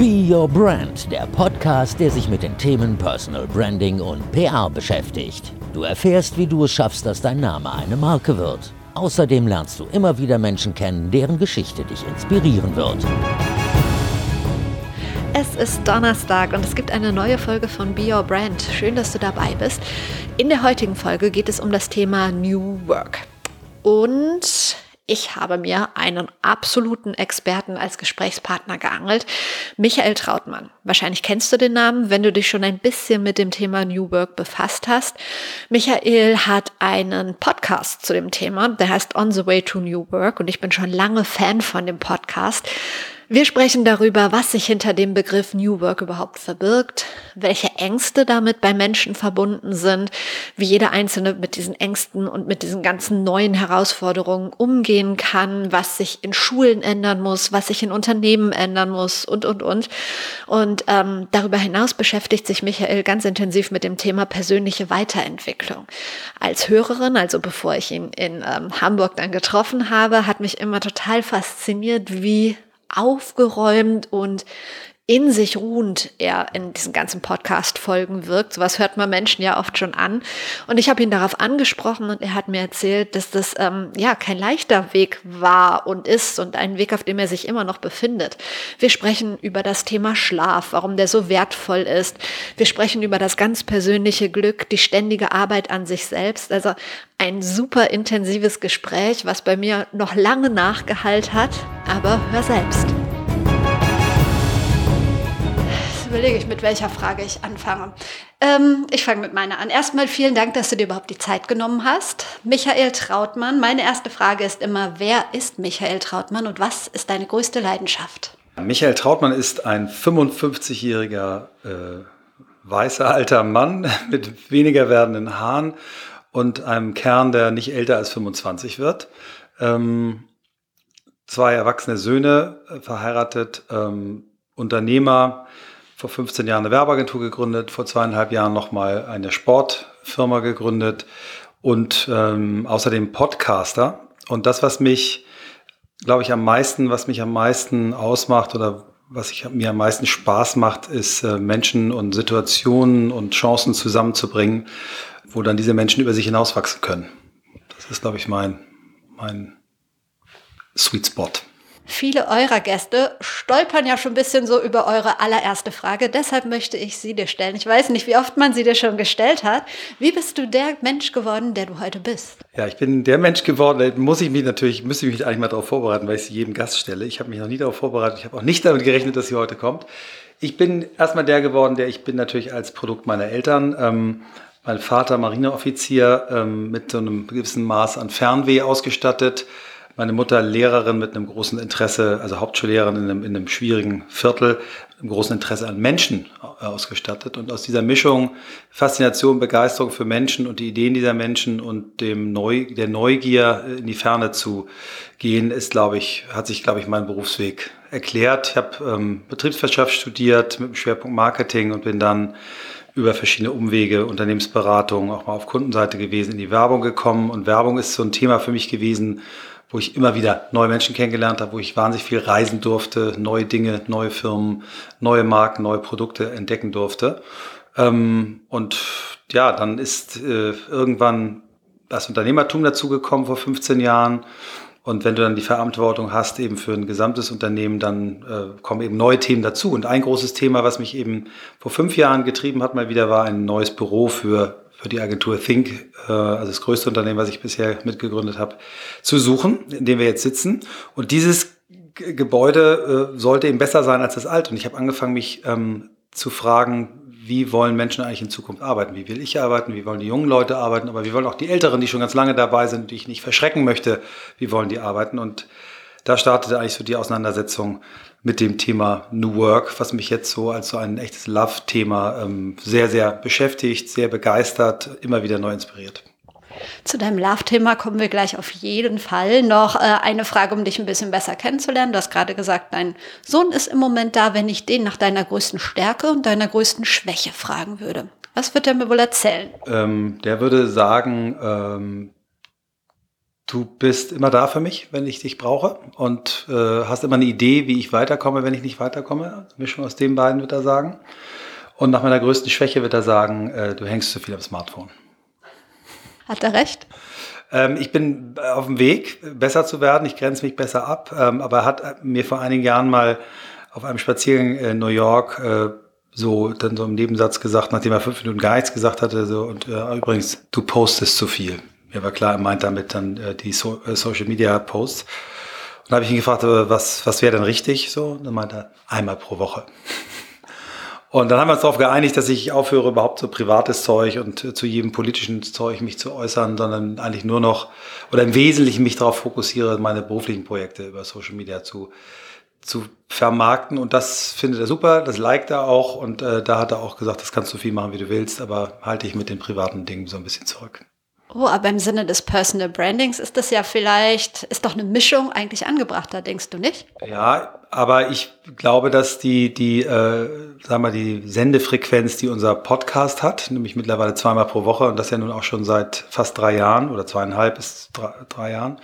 Be Your Brand, der Podcast, der sich mit den Themen Personal Branding und PR beschäftigt. Du erfährst, wie du es schaffst, dass dein Name eine Marke wird. Außerdem lernst du immer wieder Menschen kennen, deren Geschichte dich inspirieren wird. Es ist Donnerstag und es gibt eine neue Folge von Be Your Brand. Schön, dass du dabei bist. In der heutigen Folge geht es um das Thema New Work. Und ich habe mir einen absoluten Experten als Gesprächspartner geangelt, Michael Trautmann. Wahrscheinlich kennst du den Namen, wenn du dich schon ein bisschen mit dem Thema New Work befasst hast. Michael hat einen Podcast zu dem Thema, der heißt On the Way to New Work und ich bin schon lange Fan von dem Podcast. Wir sprechen darüber, was sich hinter dem Begriff New Work überhaupt verbirgt, welche Ängste damit bei Menschen verbunden sind, wie jeder Einzelne mit diesen Ängsten und mit diesen ganzen neuen Herausforderungen umgehen kann, was sich in Schulen ändern muss, was sich in Unternehmen ändern muss und. Und darüber hinaus beschäftigt sich Michael ganz intensiv mit dem Thema persönliche Weiterentwicklung. Als Hörerin, also bevor ich ihn in Hamburg dann getroffen habe, hat mich immer total fasziniert, wie aufgeräumt und in sich ruhend er in diesen ganzen Podcast-Folgen wirkt. Sowas hört man Menschen ja oft schon an. Und ich habe ihn darauf angesprochen und er hat mir erzählt, dass das kein leichter Weg war und ist und ein Weg, auf dem er sich immer noch befindet. Wir sprechen über das Thema Schlaf, warum der so wertvoll ist. Wir sprechen über das ganz persönliche Glück, die ständige Arbeit an sich selbst. Also ein super intensives Gespräch, was bei mir noch lange nachgehallt hat. Aber hör selbst. Überlege ich, mit welcher Frage ich anfange. Ich fange mit meiner an. Erstmal vielen Dank, dass du dir überhaupt die Zeit genommen hast. Michael Trautmann, meine erste Frage ist immer, wer ist Michael Trautmann und was ist deine größte Leidenschaft? Michael Trautmann ist ein 55-jähriger weißer alter Mann mit weniger werdenden Haaren und einem Kern, der nicht älter als 25 wird. 2 erwachsene Söhne, verheiratet, Unternehmer, vor 15 Jahren eine Werbeagentur gegründet, vor 2,5 Jahren nochmal eine Sportfirma gegründet und außerdem Podcaster. Und das, was mich, glaube ich, am meisten ausmacht oder mir am meisten Spaß macht, ist Menschen und Situationen und Chancen zusammenzubringen, wo dann diese Menschen über sich hinauswachsen können. Das ist, glaube ich, mein Sweet Spot. Viele eurer Gäste stolpern ja schon ein bisschen so über eure allererste Frage. Deshalb möchte ich sie dir stellen. Ich weiß nicht, wie oft man sie dir schon gestellt hat. Wie bist du der Mensch geworden, der du heute bist? Ja, ich bin der Mensch geworden, müsste ich mich eigentlich mal darauf vorbereiten, weil ich sie jedem Gast stelle. Ich habe mich noch nie darauf vorbereitet. Ich habe auch nicht damit gerechnet, dass sie heute kommt. Ich bin erstmal der geworden, der ich bin natürlich als Produkt meiner Eltern. Mein Vater Marineoffizier mit so einem gewissen Maß an Fernweh ausgestattet. Meine Mutter Lehrerin mit einem großen Interesse, also Hauptschullehrerin in einem schwierigen Viertel, mit einem großen Interesse an Menschen ausgestattet. Und aus dieser Mischung Faszination, Begeisterung für Menschen und die Ideen dieser Menschen und der Neugier in die Ferne zu gehen, hat sich, mein Berufsweg erklärt. Ich habe Betriebswirtschaft studiert mit dem Schwerpunkt Marketing und bin dann über verschiedene Umwege, Unternehmensberatung, auch mal auf Kundenseite gewesen, in die Werbung gekommen. Und Werbung ist so ein Thema für mich gewesen, wo ich immer wieder neue Menschen kennengelernt habe, wo ich wahnsinnig viel reisen durfte, neue Dinge, neue Firmen, neue Marken, neue Produkte entdecken durfte. Und ja, dann ist irgendwann das Unternehmertum dazugekommen vor 15 Jahren. Und wenn du dann die Verantwortung hast eben für ein gesamtes Unternehmen, dann kommen eben neue Themen dazu. Und ein großes Thema, was mich eben vor 5 Jahren getrieben hat, mal wieder, war ein neues Büro für die Agentur Think, also das größte Unternehmen, was ich bisher mitgegründet habe, zu suchen, in dem wir jetzt sitzen. Und dieses Gebäude sollte eben besser sein als das alte. Und ich habe angefangen, mich zu fragen, wie wollen Menschen eigentlich in Zukunft arbeiten? Wie will ich arbeiten? Wie wollen die jungen Leute arbeiten? Aber wie wollen auch die Älteren, die schon ganz lange dabei sind, die ich nicht verschrecken möchte, wie wollen die arbeiten? Und da startete eigentlich so die Auseinandersetzung mit dem Thema New Work, was mich jetzt so als so ein echtes Love-Thema sehr, sehr beschäftigt, sehr begeistert, immer wieder neu inspiriert. Zu deinem Love-Thema kommen wir gleich auf jeden Fall. Noch eine Frage, um dich ein bisschen besser kennenzulernen. Du hast gerade gesagt, dein Sohn ist im Moment da. Wenn ich den nach deiner größten Stärke und deiner größten Schwäche fragen würde, was wird er mir wohl erzählen? Der würde sagen, Du bist immer da für mich, wenn ich dich brauche und hast immer eine Idee, wie ich weiterkomme, wenn ich nicht weiterkomme. Mischung aus den beiden wird er sagen. Und nach meiner größten Schwäche wird er sagen, du hängst zu viel am Smartphone. Hat er recht? Ich bin auf dem Weg, besser zu werden. Ich grenze mich besser ab. Aber er hat mir vor einigen Jahren mal auf einem Spaziergang in New York so im Nebensatz gesagt, nachdem er 5 Minuten gar nichts gesagt hatte, so, und übrigens, du postest zu viel. Mir war klar, er meint damit dann die Social Media Posts. Und da habe ich ihn gefragt, was wäre denn richtig? So, und dann meinte er, einmal pro Woche. Und dann haben wir uns darauf geeinigt, dass ich aufhöre, überhaupt so privates Zeug und zu jedem politischen Zeug mich zu äußern, sondern eigentlich nur noch oder im Wesentlichen mich darauf fokussiere, meine beruflichen Projekte über Social Media zu vermarkten. Und das findet er super, das liked er auch. Und da hat er auch gesagt, das kannst du viel machen, wie du willst, aber halte ich mit den privaten Dingen so ein bisschen zurück. Oh, aber im Sinne des Personal Brandings ist das ja vielleicht, ist doch eine Mischung eigentlich angebrachter, denkst du nicht? Ja, aber ich glaube, dass die Sendefrequenz, die unser Podcast hat, nämlich mittlerweile 2-mal pro Woche und das ja nun auch schon seit fast 3 Jahren oder 2,5 bis 3 Jahren,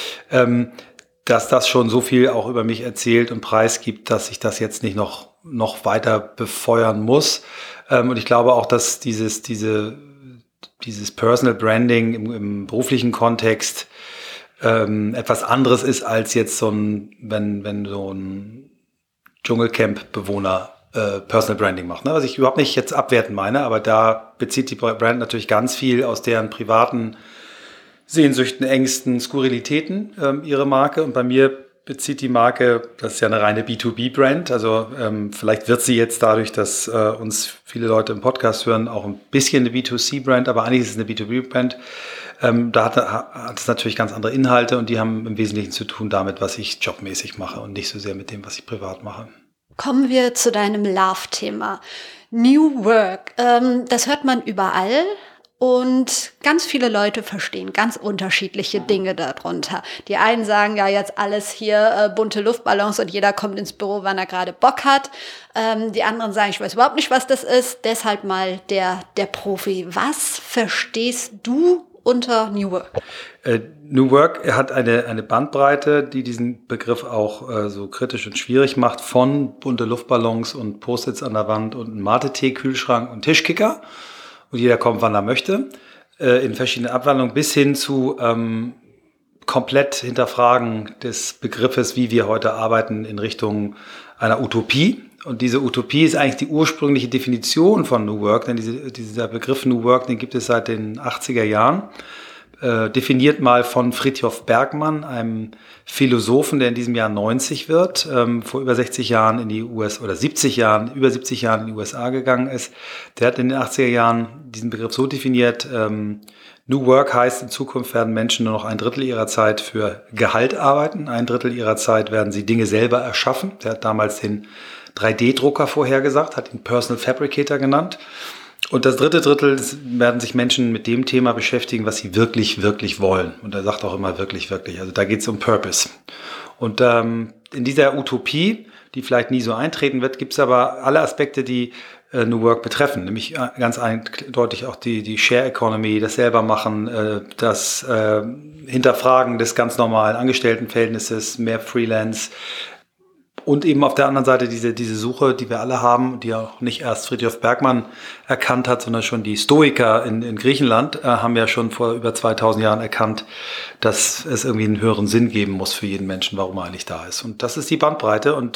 dass das schon so viel auch über mich erzählt und preisgibt, dass ich das jetzt nicht noch weiter befeuern muss. Und ich glaube auch, dass dieses Personal Branding im beruflichen Kontext etwas anderes ist als jetzt wenn so ein Dschungelcamp-Bewohner Personal Branding macht. Ne? Was ich überhaupt nicht jetzt abwertend meine, aber da bezieht die Brand natürlich ganz viel aus deren privaten Sehnsüchten, Ängsten, Skurrilitäten ihre Marke. Und bei mir bezieht die Marke, das ist ja eine reine B2B-Brand, also vielleicht wird sie jetzt dadurch, dass uns viele Leute im Podcast hören, auch ein bisschen eine B2C-Brand, aber eigentlich ist es eine B2B-Brand. Da hat es natürlich ganz andere Inhalte und die haben im Wesentlichen zu tun damit, was ich jobmäßig mache und nicht so sehr mit dem, was ich privat mache. Kommen wir zu deinem Love-Thema. New Work, das hört man überall. Und ganz viele Leute verstehen ganz unterschiedliche Dinge darunter. Die einen sagen ja jetzt alles hier bunte Luftballons und jeder kommt ins Büro, wann er gerade Bock hat. Die anderen sagen, ich weiß überhaupt nicht, was das ist. Deshalb mal der Profi. Was verstehst du unter New Work? New Work hat eine Bandbreite, die diesen Begriff auch so kritisch und schwierig macht, von bunte Luftballons und Post-its an der Wand und ein Mate-Tee-Kühlschrank und Tischkicker. Und jeder kommt, wann er möchte, in verschiedenen Abwandlungen, bis hin zu komplett Hinterfragen des Begriffes, wie wir heute arbeiten, in Richtung einer Utopie. Und diese Utopie ist eigentlich die ursprüngliche Definition von New Work, denn dieser Begriff New Work, den gibt es seit den 80er Jahren. Definiert mal von Frithjof Bergmann, einem Philosophen, der in diesem Jahr 90 wird, vor über 60 Jahren in die USA oder über 70 Jahren in die USA gegangen ist. Der hat in den 80er Jahren diesen Begriff so definiert, New Work heißt, in Zukunft werden Menschen nur noch 1/3 ihrer Zeit für Gehalt arbeiten, 1/3 ihrer Zeit werden sie Dinge selber erschaffen. Der hat damals den 3D-Drucker vorhergesagt, hat ihn Personal Fabricator genannt. Und das 3. Drittel werden sich Menschen mit dem Thema beschäftigen, was sie wirklich, wirklich wollen. Und er sagt auch immer wirklich, wirklich. Also da geht es um Purpose. Und in dieser Utopie, die vielleicht nie so eintreten wird, gibt es aber alle Aspekte, die New Work betreffen. Nämlich ganz eindeutig auch die Share Economy, das Selbermachen, das Hinterfragen des ganz normalen Angestelltenverhältnisses, mehr Freelance. Und eben auf der anderen Seite diese Suche, die wir alle haben, die auch nicht erst Frithjof Bergmann erkannt hat, sondern schon die Stoiker in Griechenland haben ja schon vor über 2000 Jahren erkannt, dass es irgendwie einen höheren Sinn geben muss für jeden Menschen, warum er eigentlich da ist. Und das ist die Bandbreite. Und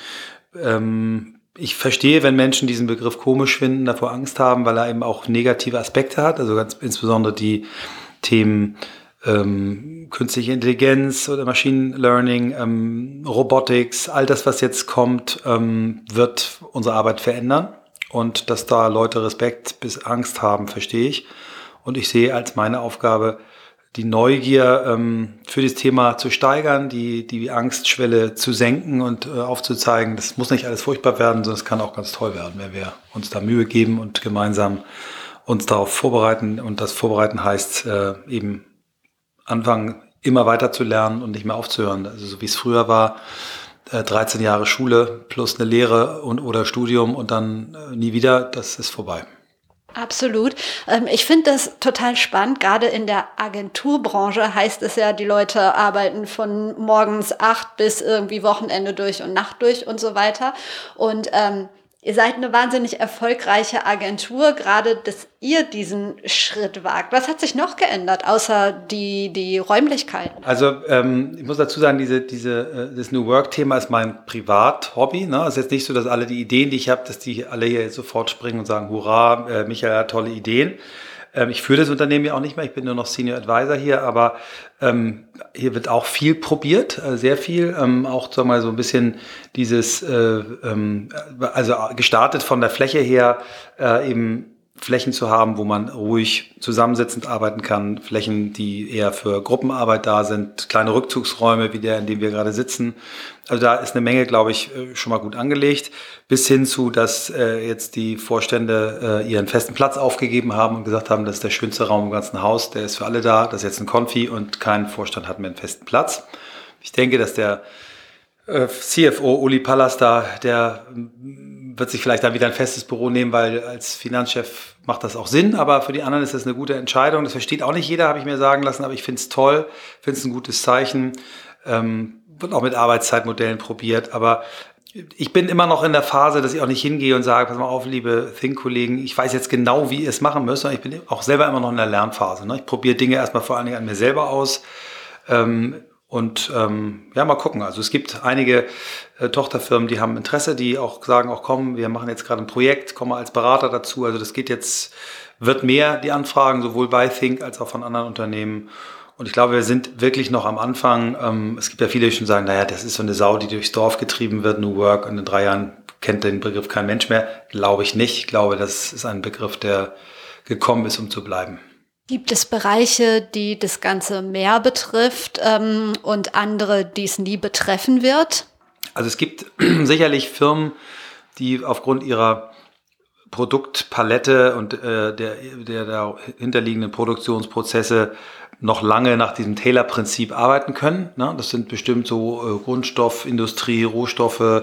ich verstehe, wenn Menschen diesen Begriff komisch finden, davor Angst haben, weil er eben auch negative Aspekte hat, also ganz insbesondere die Themen künstliche Intelligenz oder Machine Learning, Robotics, all das, was jetzt kommt, wird unsere Arbeit verändern. Und dass da Leute Respekt bis Angst haben, verstehe ich. Und ich sehe als meine Aufgabe, die Neugier für das Thema zu steigern, die Angstschwelle zu senken und aufzuzeigen, das muss nicht alles furchtbar werden, sondern es kann auch ganz toll werden, wenn wir uns da Mühe geben und gemeinsam uns darauf vorbereiten. Und das Vorbereiten heißt eben anfangen, immer weiter zu lernen und nicht mehr aufzuhören. Also so wie es früher war, 13 Jahre Schule plus eine Lehre oder Studium und dann nie wieder, das ist vorbei. Absolut. Ich finde das total spannend. Gerade in der Agenturbranche heißt es ja, die Leute arbeiten von morgens 8 bis irgendwie Wochenende durch und Nacht durch und so weiter. Und ihr seid eine wahnsinnig erfolgreiche Agentur, gerade dass ihr diesen Schritt wagt. Was hat sich noch geändert, außer die Räumlichkeiten? Also ich muss dazu sagen, das New Work-Thema ist mein Privat-Hobby. Ne? Es ist jetzt nicht so, dass alle die Ideen, die ich habe, dass die alle hier sofort springen und sagen, hurra, Michael hat tolle Ideen. Ich führe das Unternehmen ja auch nicht mehr, ich bin nur noch Senior Advisor hier, aber hier wird auch viel probiert, sehr viel. Auch sagen wir mal so ein bisschen dieses, also gestartet von der Fläche her, eben Flächen zu haben, wo man ruhig zusammensitzend arbeiten kann, Flächen, die eher für Gruppenarbeit da sind, kleine Rückzugsräume wie der, in dem wir gerade sitzen. Also da ist eine Menge, glaube ich, schon mal gut angelegt, bis hin zu, dass jetzt die Vorstände ihren festen Platz aufgegeben haben und gesagt haben, das ist der schönste Raum im ganzen Haus, der ist für alle da, das ist jetzt ein Konfi und kein Vorstand hat mehr einen festen Platz. Ich denke, dass der CFO Uli Pallas da, der wird sich vielleicht dann wieder ein festes Büro nehmen, weil als Finanzchef macht das auch Sinn, aber für die anderen ist das eine gute Entscheidung. Das versteht auch nicht jeder, habe ich mir sagen lassen, aber ich finde es toll, finde es ein gutes Zeichen. Wird auch mit Arbeitszeitmodellen probiert, aber ich bin immer noch in der Phase, dass ich auch nicht hingehe und sage, pass mal auf, liebe Think-Kollegen, ich weiß jetzt genau, wie ihr es machen müsst, und ich bin auch selber immer noch in der Lernphase. Ne? Ich probiere Dinge erstmal vor allen Dingen an mir selber aus. Mal gucken. Also es gibt einige Tochterfirmen, die haben Interesse, die auch sagen, auch komm, wir machen jetzt gerade ein Projekt, komm mal als Berater dazu. Also das geht jetzt, wird mehr, die Anfragen, sowohl bei Think als auch von anderen Unternehmen. Und ich glaube, wir sind wirklich noch am Anfang. Es gibt ja viele, die schon sagen, naja, das ist so eine Sau, die durchs Dorf getrieben wird, New Work. Und in 3 Jahren kennt den Begriff kein Mensch mehr. Glaube ich nicht. Ich glaube, das ist ein Begriff, der gekommen ist, um zu bleiben. Gibt es Bereiche, die das Ganze mehr betrifft und andere, die es nie betreffen wird? Also es gibt sicherlich Firmen, die aufgrund ihrer Produktpalette und der dahinterliegenden Produktionsprozesse noch lange nach diesem Taylor-Prinzip arbeiten können. Ne? Das sind bestimmt so Grundstoffindustrie, Rohstoffe,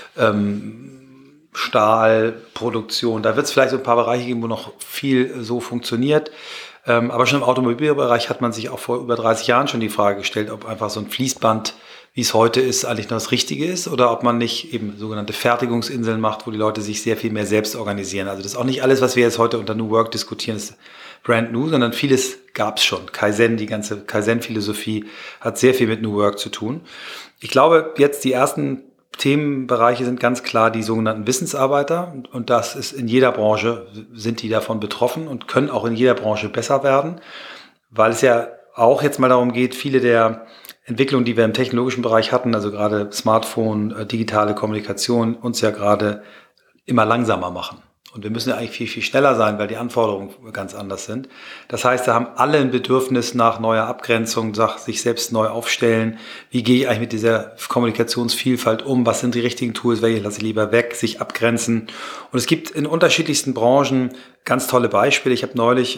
Stahlproduktion. Da wird es vielleicht so ein paar Bereiche geben, wo noch viel so funktioniert. Aber schon im Automobilbereich hat man sich auch vor über 30 Jahren schon die Frage gestellt, ob einfach so ein Fließband, wie es heute ist, eigentlich noch das Richtige ist oder ob man nicht eben sogenannte Fertigungsinseln macht, wo die Leute sich sehr viel mehr selbst organisieren. Also das ist auch nicht alles, was wir jetzt heute unter New Work diskutieren, ist brand new, sondern vieles gab es schon. Kaizen, die ganze Kaizen-Philosophie hat sehr viel mit New Work zu tun. Ich glaube, jetzt die ersten Themenbereiche sind ganz klar die sogenannten Wissensarbeiter und das ist in jeder Branche, sind die davon betroffen und können auch in jeder Branche besser werden, weil es ja auch jetzt mal darum geht, viele der Entwicklungen, die wir im technologischen Bereich hatten, also gerade Smartphone, digitale Kommunikation, uns ja gerade immer langsamer machen. Und wir müssen ja eigentlich viel, viel schneller sein, weil die Anforderungen ganz anders sind. Das heißt, da haben alle ein Bedürfnis nach neuer Abgrenzung, sich selbst neu aufstellen. Wie gehe ich eigentlich mit dieser Kommunikationsvielfalt um? Was sind die richtigen Tools? Welche lasse ich lieber weg? Sich abgrenzen. Und es gibt in unterschiedlichsten Branchen ganz tolle Beispiele. Ich habe neulich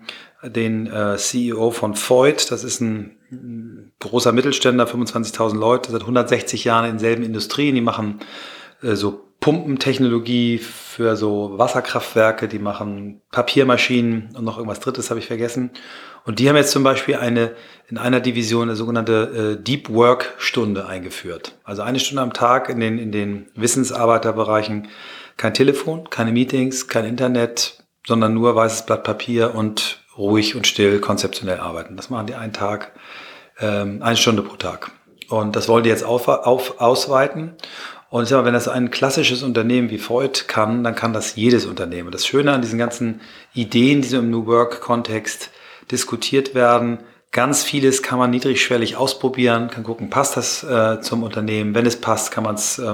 den CEO von Voith, das ist ein großer Mittelständler, 25.000 Leute, seit 160 Jahren in denselben Industrien. Die machen so Pumpentechnologie für so Wasserkraftwerke, die machen Papiermaschinen und noch irgendwas Drittes habe ich vergessen. Und die haben jetzt zum Beispiel in einer Division eine sogenannte Deep Work Stunde eingeführt. Also 1 Stunde am Tag in den Wissensarbeiterbereichen, kein Telefon, keine Meetings, kein Internet, sondern nur weißes Blatt Papier und ruhig und still konzeptionell arbeiten. Das machen die einen Tag, 1 Stunde pro Tag. Und das wollen die jetzt ausweiten. Und ich sag mal, wenn das ein klassisches Unternehmen wie Voith kann, dann kann das jedes Unternehmen. Das Schöne an diesen ganzen Ideen, die so im New Work-Kontext diskutiert werden, ganz vieles kann man niedrigschwellig ausprobieren, kann gucken, passt das zum Unternehmen. Wenn es passt, kann man es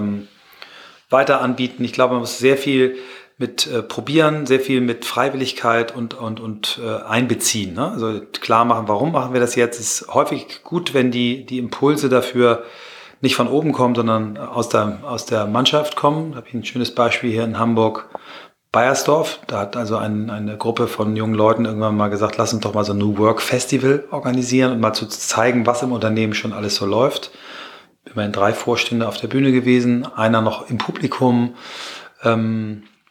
weiter anbieten. Ich glaube, man muss sehr viel mit probieren, sehr viel mit Freiwilligkeit und einbeziehen. Ne? Also klar machen, warum machen wir das jetzt? Es ist häufig gut, wenn die Impulse dafür nicht von oben kommen, sondern aus der Mannschaft kommen. Da habe ich ein schönes Beispiel hier in Hamburg, Baiersdorf. Da hat also eine Gruppe von jungen Leuten irgendwann mal gesagt, lass uns doch mal so ein New Work Festival organisieren und mal zu zeigen, was im Unternehmen schon alles so läuft. Immerhin 3 Vorstände auf der Bühne gewesen, einer noch im Publikum.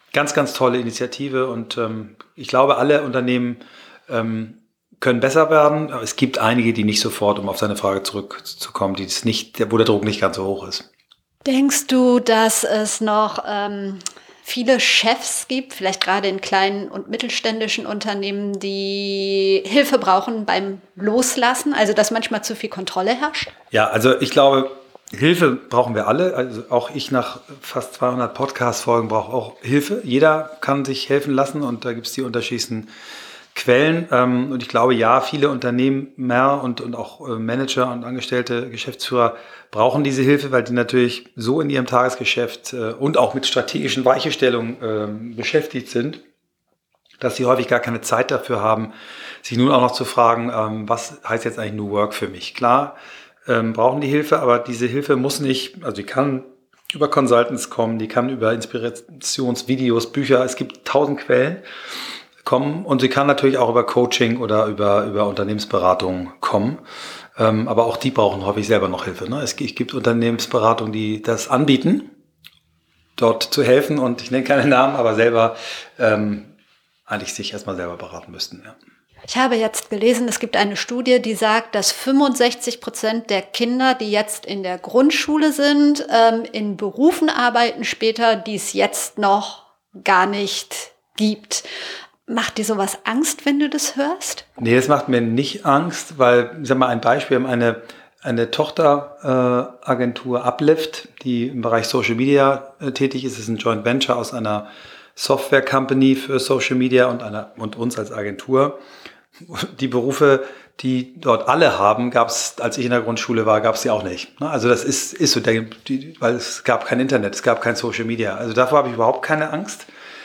Ganz, ganz tolle Initiative und ich glaube, alle Unternehmen können besser werden. Aber es gibt einige, die nicht sofort, um auf seine Frage zurückzukommen, die es nicht, wo der Druck nicht ganz so hoch ist. Denkst du, dass es noch viele Chefs gibt, vielleicht gerade in kleinen und mittelständischen Unternehmen, die Hilfe brauchen beim Loslassen, also dass manchmal zu viel Kontrolle herrscht? Ja, also ich glaube, Hilfe brauchen wir alle. Also auch ich nach fast 200 Podcast-Folgen brauche auch Hilfe. Jeder kann sich helfen lassen und da gibt es die unterschiedlichsten Quellen. Und ich glaube, ja, viele Unternehmer und auch Manager und Angestellte, Geschäftsführer brauchen diese Hilfe, weil die natürlich so in ihrem Tagesgeschäft und auch mit strategischen Weichenstellungen beschäftigt sind, dass sie häufig gar keine Zeit dafür haben, sich nun auch noch zu fragen, was heißt jetzt eigentlich New Work für mich? Klar, brauchen die Hilfe, aber diese Hilfe muss nicht, also die kann über Consultants kommen, die kann über Inspirationsvideos, Bücher, es gibt 1000 Quellen kommen und sie kann natürlich auch über Coaching oder über Unternehmensberatung kommen, aber auch die brauchen häufig selber noch Hilfe. Ne? Es gibt Unternehmensberatungen, die das anbieten, dort zu helfen und ich nenne keine Namen, aber selber eigentlich sich erstmal selber beraten müssten. Ja. Ich habe jetzt gelesen, es gibt eine Studie, die sagt, dass 65% der Kinder, die jetzt in der Grundschule sind, in Berufen arbeiten später, die es jetzt noch gar nicht gibt. Macht dir sowas Angst, wenn du das hörst? Nee, das macht mir nicht Angst, weil, ich sag mal, ein Beispiel, wir haben eine Tochteragentur Uplift, die im Bereich Social Media tätig ist. Es ist ein Joint Venture aus einer Software Company für Social Media und uns als Agentur. Die Berufe, die dort alle haben, gab es, als ich in der Grundschule war, gab es die auch nicht. Also das ist so, weil es gab kein Internet, es gab kein Social Media. Also davor habe ich überhaupt keine Angst.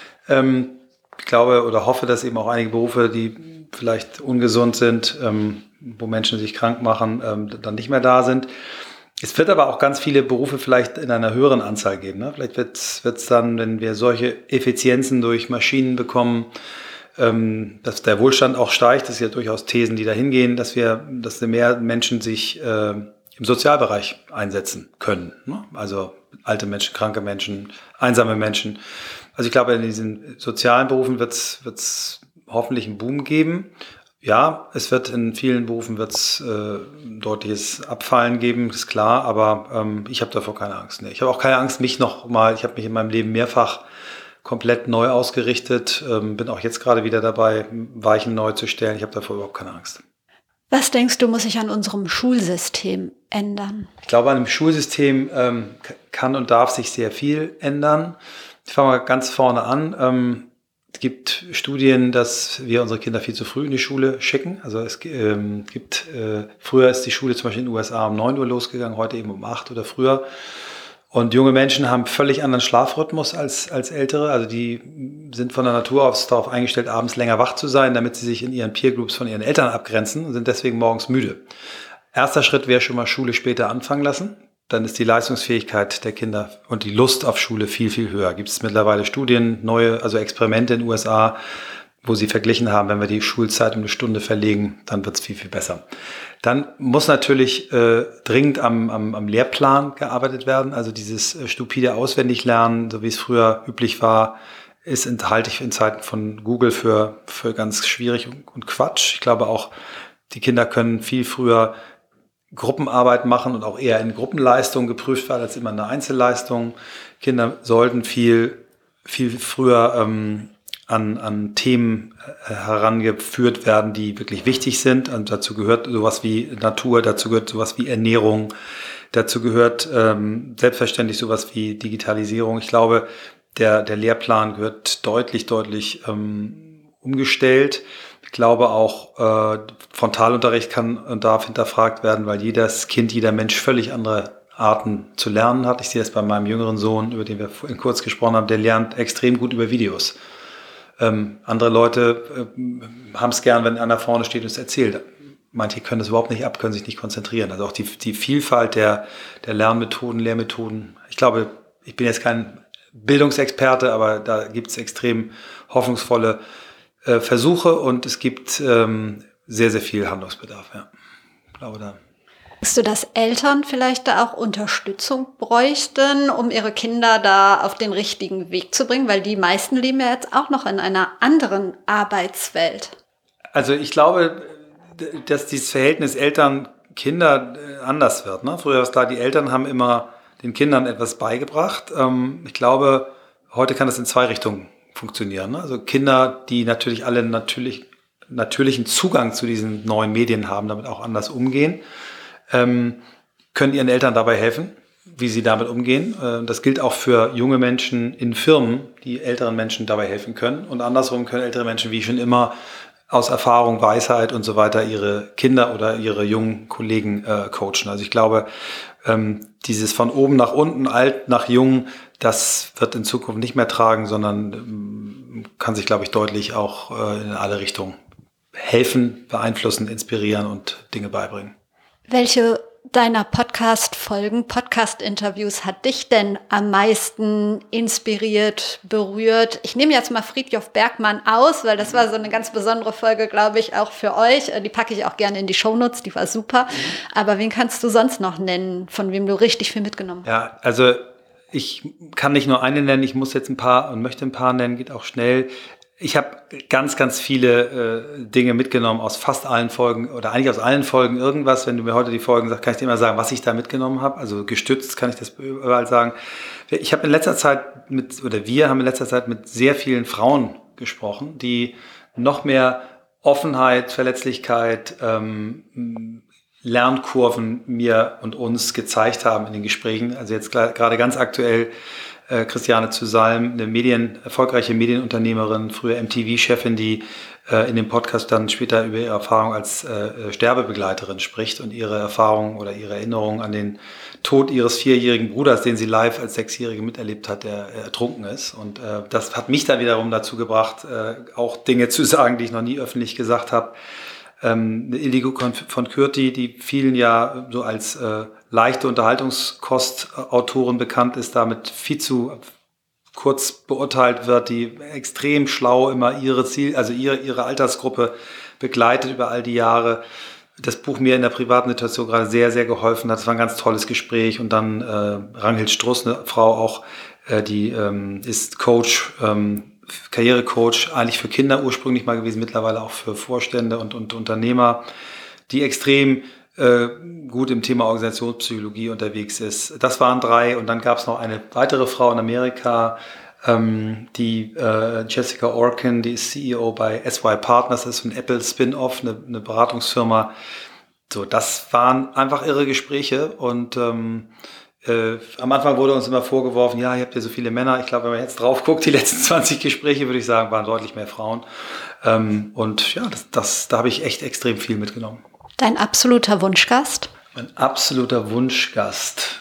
Ich glaube oder hoffe, dass eben auch einige Berufe, die vielleicht ungesund sind, wo Menschen sich krank machen, dann nicht mehr da sind. Es wird aber auch ganz viele Berufe vielleicht in einer höheren Anzahl geben. Ne? Vielleicht wird's dann, wenn wir solche Effizienzen durch Maschinen bekommen, dass der Wohlstand auch steigt. Das sind ja durchaus Thesen, die dahin gehen, dass mehr Menschen sich im Sozialbereich einsetzen können. Ne? Also alte Menschen, kranke Menschen, einsame Menschen. Also ich glaube, in diesen sozialen Berufen wird's hoffentlich einen Boom geben. Ja, es wird in vielen Berufen deutliches Abfallen geben, ist klar, aber ich habe davor keine Angst. Nee. Ich habe auch keine Angst, ich habe mich in meinem Leben mehrfach komplett neu ausgerichtet, bin auch jetzt gerade wieder dabei, Weichen neu zu stellen. Ich habe davor überhaupt keine Angst. Was denkst du, muss sich an unserem Schulsystem ändern? Ich glaube, an dem Schulsystem kann und darf sich sehr viel ändern. Ich fange mal ganz vorne an. Es gibt Studien, dass wir unsere Kinder viel zu früh in die Schule schicken. Also es gibt, früher ist die Schule zum Beispiel in den USA um 9 Uhr losgegangen, heute eben um 8 oder früher. Und junge Menschen haben völlig anderen Schlafrhythmus als Ältere. Also die sind von der Natur aus darauf eingestellt, abends länger wach zu sein, damit sie sich in ihren Peergroups von ihren Eltern abgrenzen und sind deswegen morgens müde. Erster Schritt wäre schon mal Schule später anfangen lassen. Dann ist die Leistungsfähigkeit der Kinder und die Lust auf Schule viel, viel höher. Gibt es mittlerweile Studien, also Experimente in den USA, wo sie verglichen haben, wenn wir die Schulzeit um eine Stunde verlegen, dann wird es viel, viel besser. Dann muss natürlich dringend am Lehrplan gearbeitet werden. Also dieses stupide Auswendiglernen, so wie es früher üblich war, halte ich in Zeiten von Google für ganz schwierig und Quatsch. Ich glaube auch, die Kinder können viel früher Gruppenarbeit machen und auch eher in Gruppenleistungen geprüft werden als immer in der Einzelleistung. Kinder sollten viel, viel früher an Themen herangeführt werden, die wirklich wichtig sind. Und dazu gehört sowas wie Natur, dazu gehört sowas wie Ernährung, dazu gehört selbstverständlich sowas wie Digitalisierung. Ich glaube, der Lehrplan gehört deutlich umgestellt. Ich glaube auch, Frontalunterricht kann und darf hinterfragt werden, weil jedes Kind, jeder Mensch völlig andere Arten zu lernen hat. Ich sehe das bei meinem jüngeren Sohn, über den wir vorhin kurz gesprochen haben, der lernt extrem gut über Videos. Andere Leute haben es gern, wenn einer vorne steht und es erzählt. Manche können das überhaupt nicht ab, können sich nicht konzentrieren. Also auch die Vielfalt der Lernmethoden, Lehrmethoden. Ich glaube, ich bin jetzt kein Bildungsexperte, aber da gibt es extrem hoffnungsvolle Versuche und es gibt sehr, sehr viel Handlungsbedarf. Ja. Ich glaube, Merkst du, dass Eltern vielleicht da auch Unterstützung bräuchten, um ihre Kinder da auf den richtigen Weg zu bringen? Weil die meisten leben ja jetzt auch noch in einer anderen Arbeitswelt. Also ich glaube, dass dieses Verhältnis Eltern-Kinder anders wird. Ne? Früher war es klar, die Eltern haben immer den Kindern etwas beigebracht. Ich glaube, heute kann das in zwei Richtungen funktionieren. Ne? Also Kinder, die natürlich alle natürlichen Zugang zu diesen neuen Medien haben, damit auch anders umgehen, können ihren Eltern dabei helfen, wie sie damit umgehen. Das gilt auch für junge Menschen in Firmen, die älteren Menschen dabei helfen können. Und andersrum können ältere Menschen, wie schon immer, aus Erfahrung, Weisheit und so weiter ihre Kinder oder ihre jungen Kollegen coachen. Also ich glaube, dieses von oben nach unten, alt nach jung, das wird in Zukunft nicht mehr tragen, sondern kann sich, glaube ich, deutlich auch in alle Richtungen helfen, beeinflussen, inspirieren und Dinge beibringen. Welche deiner Podcast-Folgen, Podcast-Interviews hat dich denn am meisten inspiriert, berührt? Ich nehme jetzt mal Frithjof Bergmann aus, weil das war so eine ganz besondere Folge, glaube ich, auch für euch. Die packe ich auch gerne in die Shownotes, die war super. Aber wen kannst du sonst noch nennen, von wem du richtig viel mitgenommen hast? Ja, also ich kann nicht nur eine nennen, ich muss jetzt ein paar und möchte ein paar nennen, geht auch schnell. Ich habe ganz, ganz viele Dinge mitgenommen aus fast allen Folgen oder eigentlich aus allen Folgen irgendwas. Wenn du mir heute die Folgen sagst, kann ich dir immer sagen, was ich da mitgenommen habe. Also gestützt kann ich das überall sagen. Ich habe in letzter Zeit wir haben in letzter Zeit mit sehr vielen Frauen gesprochen, die noch mehr Offenheit, Verletzlichkeit, Lernkurven mir und uns gezeigt haben in den Gesprächen. Also jetzt gerade ganz aktuell Christiane zu Salm, eine erfolgreiche Medienunternehmerin, früher MTV-Chefin, die in dem Podcast dann später über ihre Erfahrung als Sterbebegleiterin spricht und ihre Erfahrung oder ihre Erinnerung an den Tod ihres 4-jährigen Bruders, den sie live als 6-Jährige miterlebt hat, der ertrunken ist. Und das hat mich dann wiederum dazu gebracht, auch Dinge zu sagen, die ich noch nie öffentlich gesagt habe. Ildiko von Kürti, die vielen ja so als leichte Unterhaltungskostautorin bekannt ist, damit viel zu kurz beurteilt wird, die extrem schlau immer ihre Altersgruppe begleitet über all die Jahre. Das Buch mir in der privaten Situation gerade sehr, sehr geholfen hat. Das war ein ganz tolles Gespräch. Und dann Ranghild Struss, eine Frau auch, die ist Coach, Karrierecoach, eigentlich für Kinder ursprünglich mal gewesen, mittlerweile auch für Vorstände und Unternehmer, die extrem gut im Thema Organisationspsychologie unterwegs ist. Das waren 3 und dann gab es noch eine weitere Frau in Amerika, die Jessica Orkin, die ist CEO bei SY Partners, das ist ein Apple Spin-off, eine Beratungsfirma. So, das waren einfach irre Gespräche und am Anfang wurde uns immer vorgeworfen, ja, ihr habt ja so viele Männer. Ich glaube, wenn man jetzt drauf guckt, die letzten 20 Gespräche, würde ich sagen, waren deutlich mehr Frauen. Und ja, da habe ich echt extrem viel mitgenommen. Dein absoluter Wunschgast? Mein absoluter Wunschgast.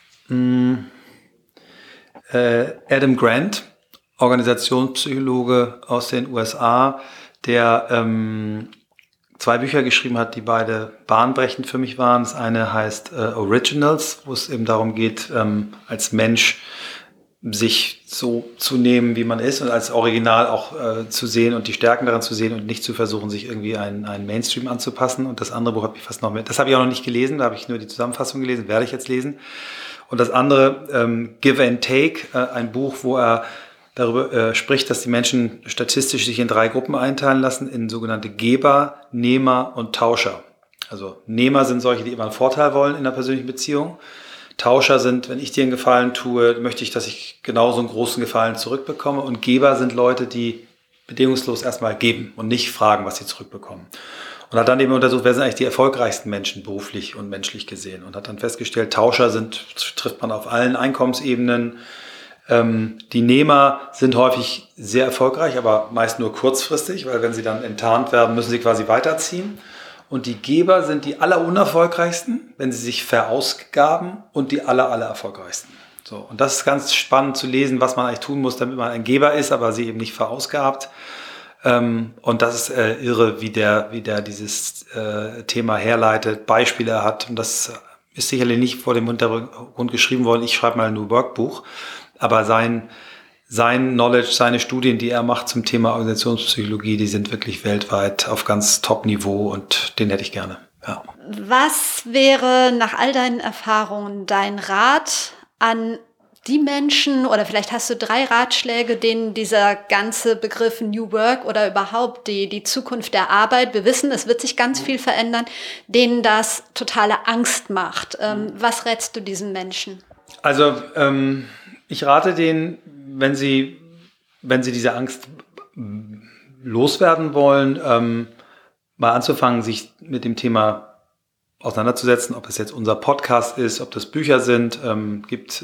Adam Grant, Organisationspsychologe aus den USA, der 2 Bücher geschrieben hat, die beide bahnbrechend für mich waren. Das eine heißt Originals, wo es eben darum geht, als Mensch sich so zu nehmen, wie man ist und als Original auch zu sehen und die Stärken daran zu sehen und nicht zu versuchen, sich irgendwie einen Mainstream anzupassen. Und das andere Buch habe ich fast noch mehr. Das habe ich auch noch nicht gelesen, da habe ich nur die Zusammenfassung gelesen, werde ich jetzt lesen. Und das andere, Give and Take, ein Buch, wo er darüber spricht, dass die Menschen statistisch sich in 3 Gruppen einteilen lassen, in sogenannte Geber, Nehmer und Tauscher. Also Nehmer sind solche, die immer einen Vorteil wollen in einer persönlichen Beziehung. Tauscher sind, wenn ich dir einen Gefallen tue, möchte ich, dass ich genauso einen großen Gefallen zurückbekomme. Und Geber sind Leute, die bedingungslos erstmal geben und nicht fragen, was sie zurückbekommen. Und hat dann eben untersucht, wer sind eigentlich die erfolgreichsten Menschen beruflich und menschlich gesehen. Und hat dann festgestellt, Tauscher trifft man auf allen Einkommensebenen. Die Nehmer sind häufig sehr erfolgreich, aber meist nur kurzfristig, weil wenn sie dann enttarnt werden, müssen sie quasi weiterziehen. Und die Geber sind die allerunerfolgreichsten, wenn sie sich verausgaben, und die aller erfolgreichsten. So, und das ist ganz spannend zu lesen, was man eigentlich tun muss, damit man ein Geber ist, aber sie eben nicht verausgabt. Und das ist irre, wie der dieses Thema herleitet, Beispiele hat. Und das ist sicherlich nicht vor dem Hintergrund geschrieben worden, ich schreibe mal ein New Work Buch. Aber sein Knowledge, seine Studien, die er macht zum Thema Organisationspsychologie, die sind wirklich weltweit auf ganz Top-Niveau und den hätte ich gerne. Ja. Was wäre nach all deinen Erfahrungen dein Rat an die Menschen, oder vielleicht hast du 3 Ratschläge, denen dieser ganze Begriff New Work oder überhaupt die Zukunft der Arbeit, wir wissen, es wird sich ganz viel verändern, denen das totale Angst macht. Was rätst du diesen Menschen? Also ich rate denen, wenn sie diese Angst loswerden wollen, mal anzufangen, sich mit dem Thema auseinanderzusetzen, ob das jetzt unser Podcast ist, ob das Bücher sind. Gibt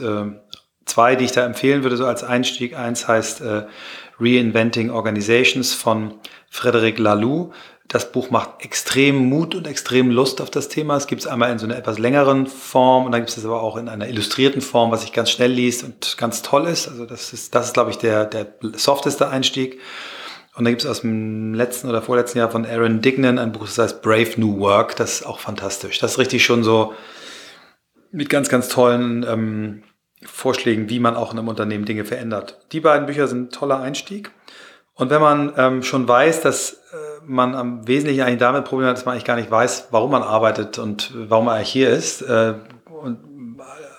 2, die ich da empfehlen würde, so als Einstieg. Eins heißt Reinventing Organizations von Frederic Laloux. Das Buch macht extrem Mut und extrem Lust auf das Thema. Es gibt es einmal in so einer etwas längeren Form und dann gibt es das aber auch in einer illustrierten Form, was sich ganz schnell liest und ganz toll ist. Also das ist glaube ich, der softeste Einstieg. Und dann gibt es aus dem letzten oder vorletzten Jahr von Aaron Dignan ein Buch, das heißt Brave New Work. Das ist auch fantastisch. Das ist richtig schon so mit ganz, ganz tollen Vorschlägen, wie man auch in einem Unternehmen Dinge verändert. Die beiden Bücher sind ein toller Einstieg. Und wenn man schon weiß, dass man am Wesentlichen eigentlich damit Probleme hat, dass man eigentlich gar nicht weiß, warum man arbeitet und warum man eigentlich hier ist, und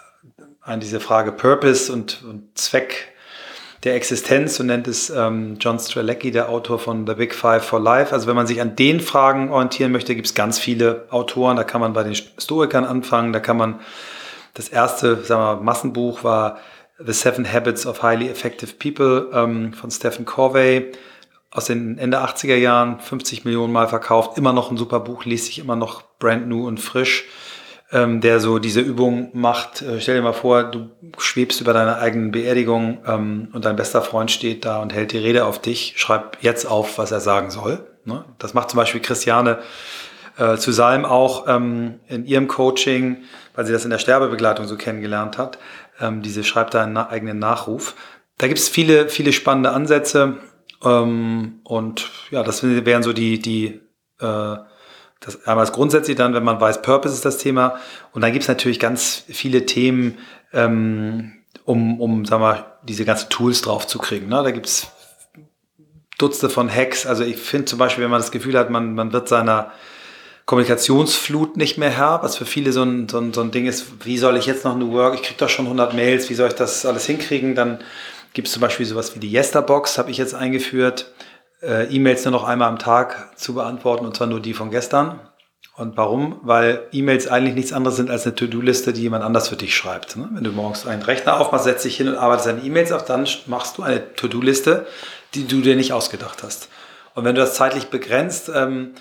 an diese Frage Purpose und Zweck der Existenz, so nennt es John Strzelecki, der Autor von The Big Five for Life. Also wenn man sich an den Fragen orientieren möchte, gibt es ganz viele Autoren. Da kann man bei den Stoikern anfangen. Da kann man, das erste, Massenbuch war The 7 Habits of Highly Effective People von Stephen Covey aus den Ende 80er Jahren, 50 Millionen Mal verkauft. Immer noch ein super Buch, liest sich immer noch brand new und frisch. Der so diese Übung macht. Stell dir mal vor, du schwebst über deiner eigenen Beerdigung und dein bester Freund steht da und hält die Rede auf dich. Schreib jetzt auf, was er sagen soll. Ne? Das macht zum Beispiel Christiane zu Salm auch in ihrem Coaching, weil sie das in der Sterbebegleitung so kennengelernt hat. Diese schreibt da einen eigenen Nachruf. Da gibt es viele, viele spannende Ansätze und ja, das wären so das einmal das grundsätzlich dann, wenn man weiß, Purpose ist das Thema. Und dann gibt es natürlich ganz viele Themen, um sagen wir, diese ganzen Tools drauf zu kriegen. Ne? Da gibt es Dutzende von Hacks. Also ich finde zum Beispiel, wenn man das Gefühl hat, man wird seiner Kommunikationsflut nicht mehr Herr, was für viele so ein Ding ist, wie soll ich jetzt noch New Work, ich kriege doch schon 100 Mails, wie soll ich das alles hinkriegen? Dann gibt es zum Beispiel sowas wie die Yesterbox, habe ich jetzt eingeführt. E-Mails nur noch einmal am Tag zu beantworten, und zwar nur die von gestern. Und warum? Weil E-Mails eigentlich nichts anderes sind als eine To-Do-Liste, die jemand anders für dich schreibt. Wenn du morgens einen Rechner aufmachst, setzt dich hin und arbeitest deine E-Mails auf, dann machst du eine To-Do-Liste, die du dir nicht ausgedacht hast. Und wenn du das zeitlich begrenzt und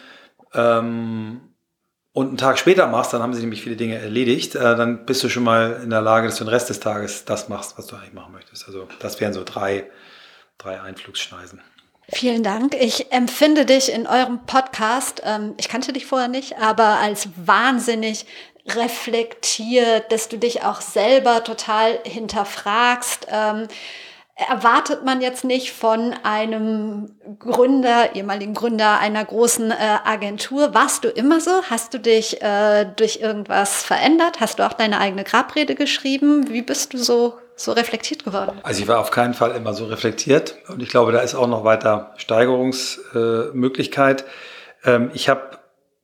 einen Tag später machst, dann haben sie nämlich viele Dinge erledigt, dann bist du schon mal in der Lage, dass du den Rest des Tages das machst, was du eigentlich machen möchtest. Also das wären so drei Einflugsschneisen. Vielen Dank. Ich empfinde dich in eurem Podcast, ich kannte dich vorher nicht, aber als wahnsinnig reflektiert, dass du dich auch selber total hinterfragst. Erwartet man jetzt nicht von einem ehemaligen Gründer einer großen Agentur. Warst du immer so? Hast du dich durch irgendwas verändert? Hast du auch deine eigene Grabrede geschrieben? Wie bist du so reflektiert geworden? Also ich war auf keinen Fall immer so reflektiert und ich glaube, da ist auch noch weiter Steigerungsmöglichkeit. Ich habe,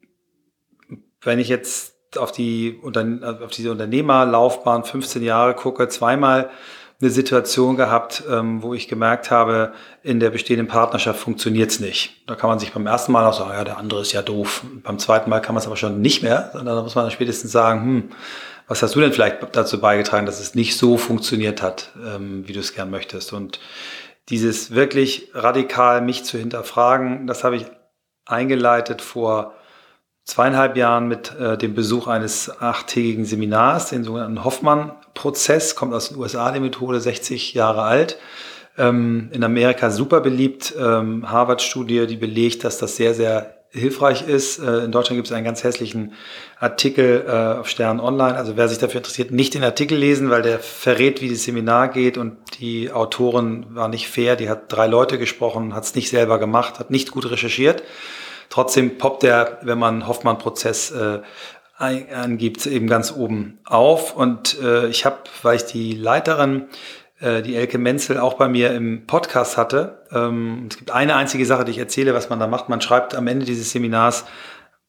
wenn ich jetzt auf diese Unternehmerlaufbahn 15 Jahre gucke, zweimal eine Situation gehabt, wo ich gemerkt habe, in der bestehenden Partnerschaft funktioniert es nicht. Da kann man sich beim ersten Mal auch sagen, ja, der andere ist ja doof. Beim zweiten Mal kann man es aber schon nicht mehr, sondern da muss man dann spätestens sagen, was hast du denn vielleicht dazu beigetragen, dass es nicht so funktioniert hat, wie du es gern möchtest? Und dieses wirklich radikal mich zu hinterfragen, das habe ich eingeleitet vor 2,5 Jahren mit dem Besuch eines 8-tägigen Seminars, den sogenannten Hoffmann-Prozess, kommt aus den USA, die Methode, 60 Jahre alt, in Amerika super beliebt, Harvard-Studie, die belegt, dass das sehr, sehr hilfreich ist. In Deutschland gibt es einen ganz hässlichen Artikel auf Stern Online. Also wer sich dafür interessiert, nicht den Artikel lesen, weil der verrät, wie das Seminar geht, und die Autorin war nicht fair. Die hat 3 Leute gesprochen, hat es nicht selber gemacht, hat nicht gut recherchiert. Trotzdem poppt der, wenn man Hoffmann-Prozess angibt, eben ganz oben auf. Und ich habe, weil ich die Leiterin, die Elke Menzel, auch bei mir im Podcast hatte. Es gibt eine einzige Sache, die ich erzähle, was man da macht. Man schreibt am Ende dieses Seminars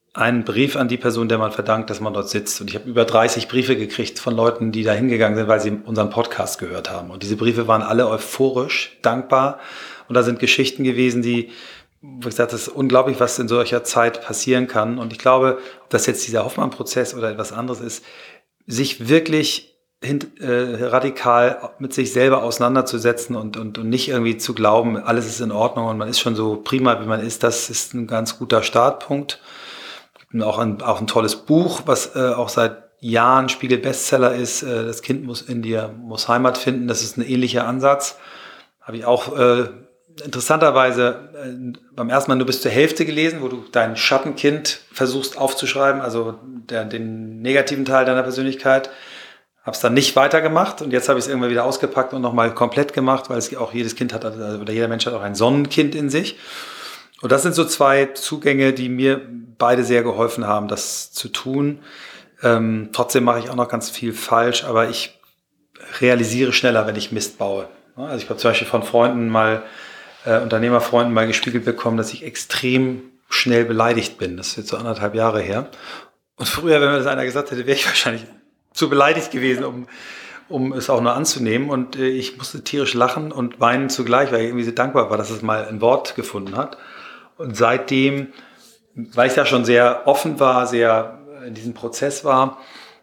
einen Brief an die Person, der man verdankt, dass man dort sitzt. Und ich habe über 30 Briefe gekriegt von Leuten, die da hingegangen sind, weil sie unseren Podcast gehört haben. Und diese Briefe waren alle euphorisch, dankbar. Und da sind Geschichten gewesen, wo ich sage, das ist unglaublich, was in solcher Zeit passieren kann. Und ich glaube, ob das jetzt dieser Hoffmann-Prozess oder etwas anderes ist, sich wirklich radikal mit sich selber auseinanderzusetzen und nicht irgendwie zu glauben, alles ist in Ordnung und man ist schon so prima, wie man ist, das ist ein ganz guter Startpunkt. Auch ein tolles Buch, was auch seit Jahren Spiegel-Bestseller ist. Das Kind muss Heimat finden. Das ist ein ähnlicher Ansatz. Habe ich auch interessanterweise beim ersten Mal nur bis zur Hälfte gelesen, wo du dein Schattenkind versuchst aufzuschreiben, also den negativen Teil deiner Persönlichkeit. Habe es dann nicht weitergemacht und jetzt habe ich es irgendwann wieder ausgepackt und nochmal komplett gemacht, weil es auch jedes Kind hat, oder jeder Mensch hat auch ein Sonnenkind in sich. Und das sind so zwei Zugänge, die mir beide sehr geholfen haben, das zu tun. Trotzdem mache ich auch noch ganz viel falsch, aber ich realisiere schneller, wenn ich Mist baue. Also ich habe zum Beispiel von Unternehmerfreunden mal gespiegelt bekommen, dass ich extrem schnell beleidigt bin. Das ist jetzt so 1,5 Jahre her. Und früher, wenn mir das einer gesagt hätte, wäre ich wahrscheinlich zu beleidigt gewesen, um es auch nur anzunehmen. Und ich musste tierisch lachen und weinen zugleich, weil ich irgendwie so dankbar war, dass es mal ein Wort gefunden hat. Und seitdem, weil ich da schon sehr offen war, sehr in diesem Prozess war,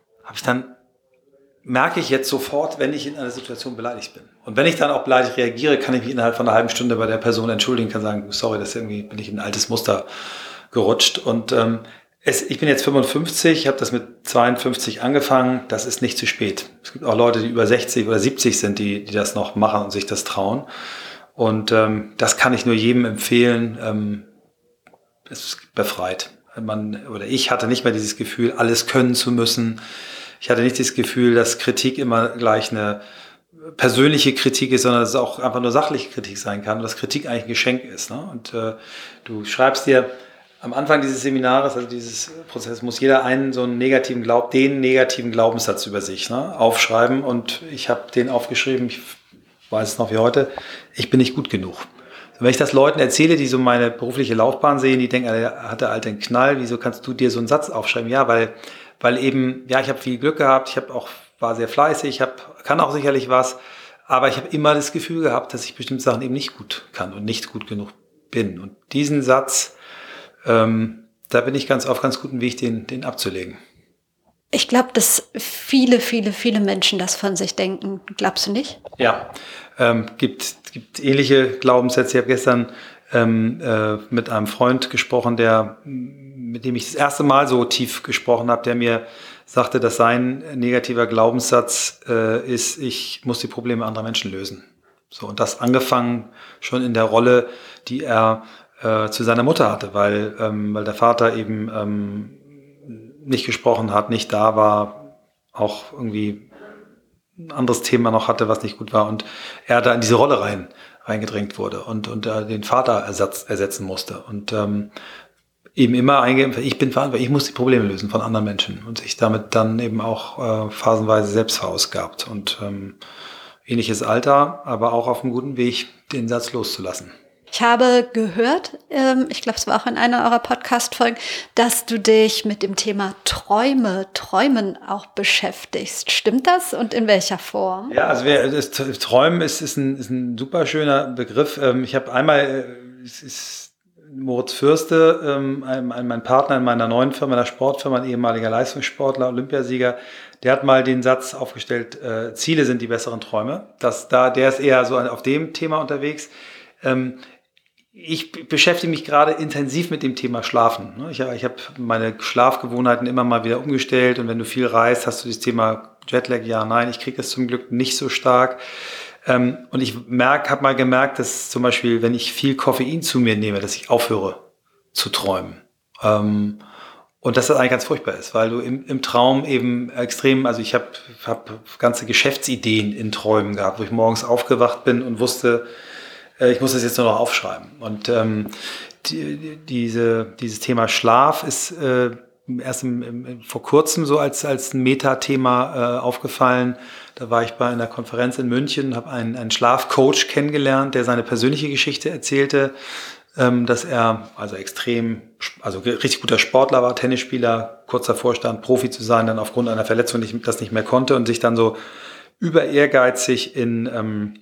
merke ich jetzt sofort, wenn ich in einer Situation beleidigt bin. Und wenn ich dann auch beleidigt reagiere, kann ich mich innerhalb von einer halben Stunde bei der Person entschuldigen, kann sagen, sorry, bin ich in ein altes Muster gerutscht. Und ich bin jetzt 55, ich habe das mit 52 angefangen, das ist nicht zu spät. Es gibt auch Leute, die über 60 oder 70 sind, die das noch machen und sich das trauen. Und das kann ich nur jedem empfehlen. Es befreit. Ich hatte nicht mehr dieses Gefühl, alles können zu müssen. Ich hatte nicht das Gefühl, dass Kritik immer gleich eine persönliche Kritik ist, sondern dass es auch einfach nur sachliche Kritik sein kann und dass Kritik eigentlich ein Geschenk ist. Ne? Und du schreibst dir am Anfang dieses Seminars, also dieses Prozess, muss jeder den negativen Glaubenssatz über sich aufschreiben. Und ich habe den aufgeschrieben, ich weiß es noch wie heute, ich bin nicht gut genug. Wenn ich das Leuten erzähle, die so meine berufliche Laufbahn sehen, die denken, hat der Alte einen Knall, wieso kannst du dir so einen Satz aufschreiben? Ja, weil eben, ja, ich habe viel Glück gehabt, war sehr fleißig, kann auch sicherlich was, aber ich habe immer das Gefühl gehabt, dass ich bestimmte Sachen eben nicht gut kann und nicht gut genug bin. Und diesen Satz, da bin ich auf ganz gutem Weg, den abzulegen. Ich glaube, dass viele, viele, viele Menschen das von sich denken. Glaubst du nicht? Ja, gibt ähnliche Glaubenssätze. Ich habe gestern mit einem Freund gesprochen, mit dem ich das erste Mal so tief gesprochen habe, der mir sagte, dass sein negativer Glaubenssatz ist, ich muss die Probleme anderer Menschen lösen. So, und das angefangen schon in der Rolle, die er zu seiner Mutter hatte, weil der Vater eben nicht gesprochen hat, nicht da war, auch irgendwie ein anderes Thema noch hatte, was nicht gut war und er da in diese Rolle reingedrängt wurde und den Vater ersetzen musste und eben immer ich bin verantwortlich, ich muss die Probleme lösen von anderen Menschen und sich damit dann eben auch phasenweise selbst verausgabt und ähnliches Alter, aber auch auf einem guten Weg, den Satz loszulassen. Ich habe gehört, ich glaube, es war auch in einer eurer Podcast-Folgen, dass du dich mit dem Thema Träumen auch beschäftigst. Stimmt das und in welcher Form? Ja, also das Träumen ist ein super schöner Begriff. Ich habe einmal, es ist Moritz Fürste, mein Partner in meiner neuen Firma, meiner Sportfirma, ein ehemaliger Leistungssportler, Olympiasieger, der hat mal den Satz aufgestellt, Ziele sind die besseren Träume. Der ist eher so auf dem Thema unterwegs. Ich beschäftige mich gerade intensiv mit dem Thema Schlafen. Ich habe meine Schlafgewohnheiten immer mal wieder umgestellt und wenn du viel reist, hast du das Thema Jetlag, ja, nein, ich kriege das zum Glück nicht so stark. Und ich habe mal gemerkt, dass zum Beispiel, wenn ich viel Koffein zu mir nehme, dass ich aufhöre zu träumen. Und dass das eigentlich ganz furchtbar ist, weil du im Traum eben extrem, also ich habe ganze Geschäftsideen in Träumen gehabt, wo ich morgens aufgewacht bin und wusste, ich muss das jetzt nur noch aufschreiben. Und dieses Thema Schlaf ist erst vor kurzem so als ein Metathema aufgefallen. Da war ich bei einer Konferenz in München und habe einen Schlafcoach kennengelernt, der seine persönliche Geschichte erzählte, dass er also richtig guter Sportler war, Tennisspieler, kurz davor stand, Profi zu sein, dann aufgrund einer Verletzung das nicht mehr konnte und sich dann so über ehrgeizig ins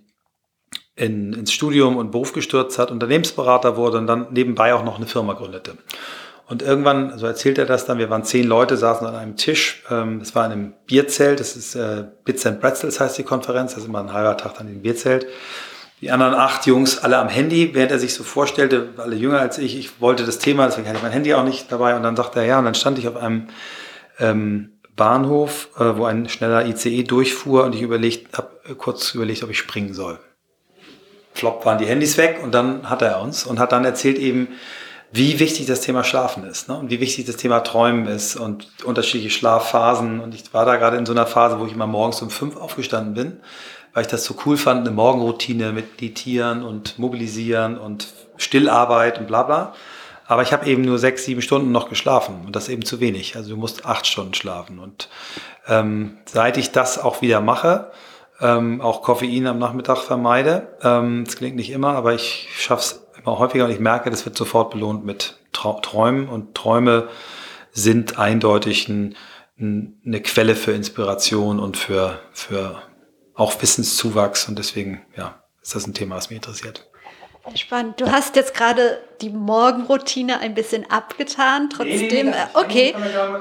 Studium und Beruf gestürzt hat, Unternehmensberater wurde und dann nebenbei auch noch eine Firma gründete. Und irgendwann, so erzählt er das dann, wir waren 10 Leute, saßen an einem Tisch, das war in einem Bierzelt, das ist Bits and Pretzels heißt die Konferenz, das ist immer ein halber Tag dann im Bierzelt. Die anderen 8 Jungs alle am Handy, während er sich so vorstellte, alle jünger als ich wollte das Thema, deswegen hatte ich mein Handy auch nicht dabei und dann sagte er, ja, und dann stand ich auf einem Bahnhof, wo ein schneller ICE durchfuhr und ich habe kurz überlegt, ob ich springen soll. Flop waren die Handys weg und dann hat er uns und hat dann erzählt eben, wie wichtig das Thema Schlafen ist, ne? Und wie wichtig das Thema Träumen ist und unterschiedliche Schlafphasen. Und ich war da gerade in so einer Phase, wo ich immer morgens um 5 aufgestanden bin, weil ich das so cool fand, eine Morgenroutine mit Meditieren und Mobilisieren und Stillarbeit und bla bla. Aber ich habe eben nur 6, 7 Stunden noch geschlafen und das eben zu wenig. Also du musst 8 Stunden schlafen. Und seit ich das auch wieder mache, auch Koffein am Nachmittag vermeide, das gelingt nicht immer, aber ich schaffe es immer häufiger und ich merke, das wird sofort belohnt mit Träumen und Träume sind eindeutig eine Quelle für Inspiration und für auch Wissenszuwachs und deswegen ist das ein Thema, was mich interessiert. Spannend. Du hast jetzt gerade die Morgenroutine ein bisschen abgetan. Trotzdem, okay.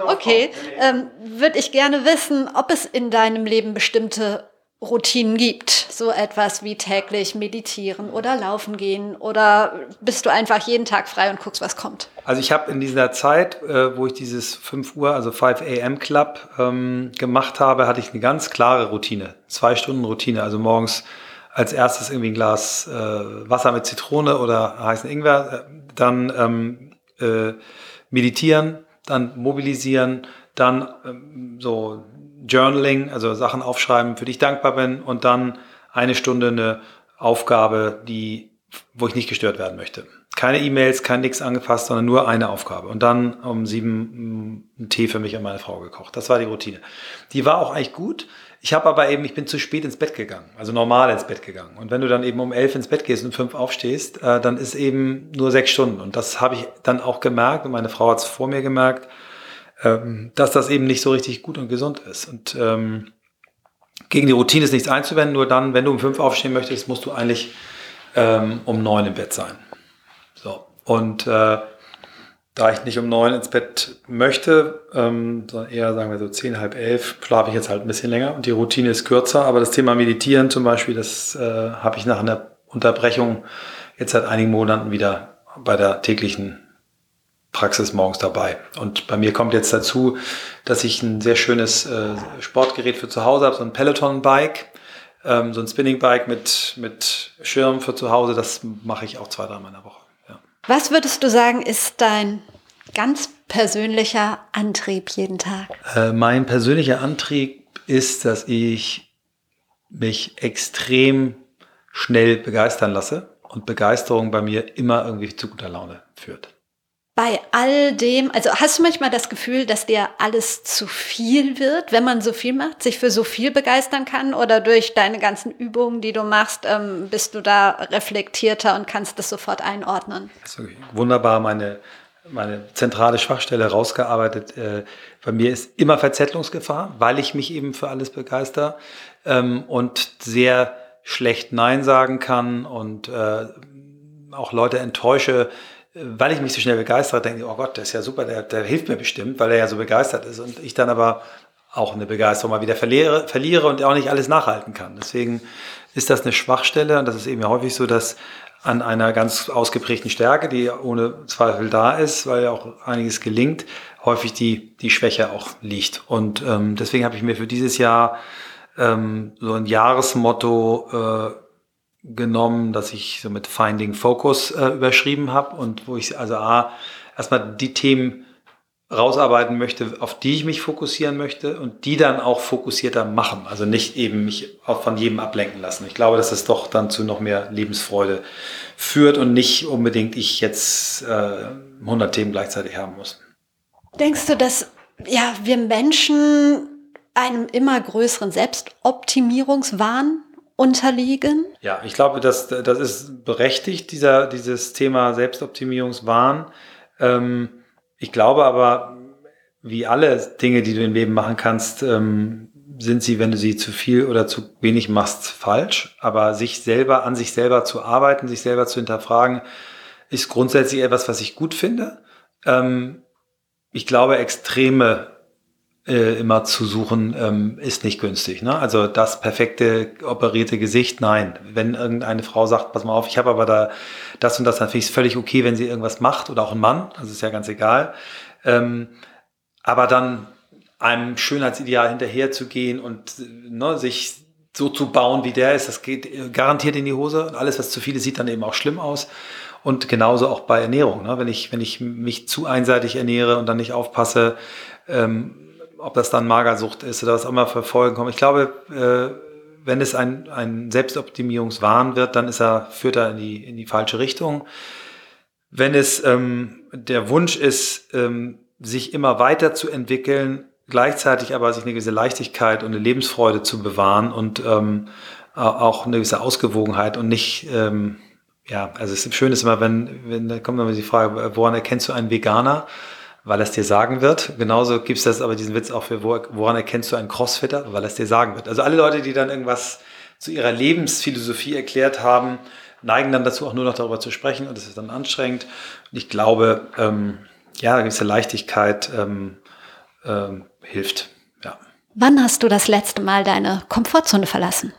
Würde ich gerne wissen, ob es in deinem Leben bestimmte Routinen gibt. So etwas wie täglich meditieren oder laufen gehen oder bist du einfach jeden Tag frei und guckst, was kommt? Also ich habe in dieser Zeit, wo ich dieses 5 Uhr, also 5 a.m. Club gemacht habe, hatte ich eine ganz klare Routine. 2 Stunden Routine. Also morgens als erstes irgendwie ein Glas Wasser mit Zitrone oder heißen Ingwer, dann meditieren, dann mobilisieren, dann so Journaling, also Sachen aufschreiben, für die ich dankbar bin und dann 1 Stunde eine Aufgabe, wo ich nicht gestört werden möchte. Keine E-Mails, kein nix angefasst, sondern nur eine Aufgabe. Und dann um 7 einen Tee für mich und meine Frau gekocht. Das war die Routine. Die war auch eigentlich gut. Ich bin zu spät ins Bett gegangen, also normal ins Bett gegangen. Und wenn du dann eben um 11 ins Bett gehst und um 5 aufstehst, dann ist eben nur 6 Stunden. Und das habe ich dann auch gemerkt und meine Frau hat es vor mir gemerkt, dass das eben nicht so richtig gut und gesund ist. Und gegen die Routine ist nichts einzuwenden, nur dann, wenn du um 5 aufstehen möchtest, musst du eigentlich um 9 im Bett sein. So. Und da ich nicht um 9 ins Bett möchte, sondern eher, sagen wir so 10, halb 11, schlafe ich jetzt halt ein bisschen länger und die Routine ist kürzer. Aber das Thema Meditieren zum Beispiel, das habe ich nach einer Unterbrechung jetzt seit einigen Monaten wieder bei der täglichen Praxis morgens dabei. Und bei mir kommt jetzt dazu, dass ich ein sehr schönes Sportgerät für zu Hause habe, so ein Peloton-Bike, so ein Spinning-Bike mit Schirm für zu Hause. Das mache ich auch 2, 3 Mal in der Woche. Ja. Was würdest du sagen, ist dein ganz persönlicher Antrieb jeden Tag? Mein persönlicher Antrieb ist, dass ich mich extrem schnell begeistern lasse und Begeisterung bei mir immer irgendwie zu guter Laune führt. Bei all dem, also hast du manchmal das Gefühl, dass dir alles zu viel wird, wenn man so viel macht, sich für so viel begeistern kann oder durch deine ganzen Übungen, die du machst, bist du da reflektierter und kannst das sofort einordnen? Das ist wunderbar, meine zentrale Schwachstelle rausgearbeitet. Bei mir ist immer Verzettlungsgefahr, weil ich mich eben für alles begeister und sehr schlecht Nein sagen kann und auch Leute enttäusche, weil ich mich so schnell begeistere, denke ich, oh Gott, der ist ja super, der hilft mir bestimmt, weil er ja so begeistert ist. Und ich dann aber auch eine Begeisterung mal wieder verliere und auch nicht alles nachhalten kann. Deswegen ist das eine Schwachstelle und das ist eben ja häufig so, dass an einer ganz ausgeprägten Stärke, die ohne Zweifel da ist, weil ja auch einiges gelingt, häufig die Schwäche auch liegt. Und deswegen habe ich mir für dieses Jahr so ein Jahresmotto genommen, dass ich so mit Finding Focus überschrieben habe und wo ich also erstmal die Themen rausarbeiten möchte, auf die ich mich fokussieren möchte und die dann auch fokussierter machen. Also nicht eben mich auch von jedem ablenken lassen. Ich glaube, dass das doch dann zu noch mehr Lebensfreude führt und nicht unbedingt ich jetzt 100 Themen gleichzeitig haben muss. Denkst du, dass wir Menschen einem immer größeren Selbstoptimierungswahn unterliegen? Ja, ich glaube, das ist berechtigt, dieses Thema Selbstoptimierungswahn. Ich glaube aber, wie alle Dinge, die du im Leben machen kannst, sind sie, wenn du sie zu viel oder zu wenig machst, falsch. Aber an sich selber zu arbeiten, sich selber zu hinterfragen, ist grundsätzlich etwas, was ich gut finde. Ich glaube, Extreme immer zu suchen, ist nicht günstig. Ne? Also das perfekte operierte Gesicht, nein. Wenn irgendeine Frau sagt, pass mal auf, ich habe aber da das und das, dann finde ich es völlig okay, wenn sie irgendwas macht oder auch ein Mann, also ist ja ganz egal. Aber dann einem Schönheitsideal hinterher zu gehen und sich so zu bauen, wie der ist, das geht garantiert in die Hose. Und alles, was zu viel ist, sieht dann eben auch schlimm aus. Und genauso auch bei Ernährung. Ne? Wenn ich mich zu einseitig ernähre und dann nicht aufpasse, ob das dann Magersucht ist oder was auch immer für Folgen kommt. Ich glaube, wenn es ein Selbstoptimierungswahn wird, dann führt er in die falsche Richtung. Wenn es der Wunsch ist, sich immer weiterzuentwickeln, gleichzeitig aber sich eine gewisse Leichtigkeit und eine Lebensfreude zu bewahren und auch eine gewisse Ausgewogenheit und nicht, also es ist schön ist immer, wenn da kommt immer die Frage, woran erkennst du einen Veganer? Weil er es dir sagen wird. Genauso gibt es das aber diesen Witz auch für, woran erkennst du einen Crossfitter? Weil er es dir sagen wird. Also alle Leute, die dann irgendwas zu ihrer Lebensphilosophie erklärt haben, neigen dann dazu, auch nur noch darüber zu sprechen und das ist dann anstrengend. Und ich glaube, eine gewisse Leichtigkeit hilft. Ja. Wann hast du das letzte Mal deine Komfortzone verlassen?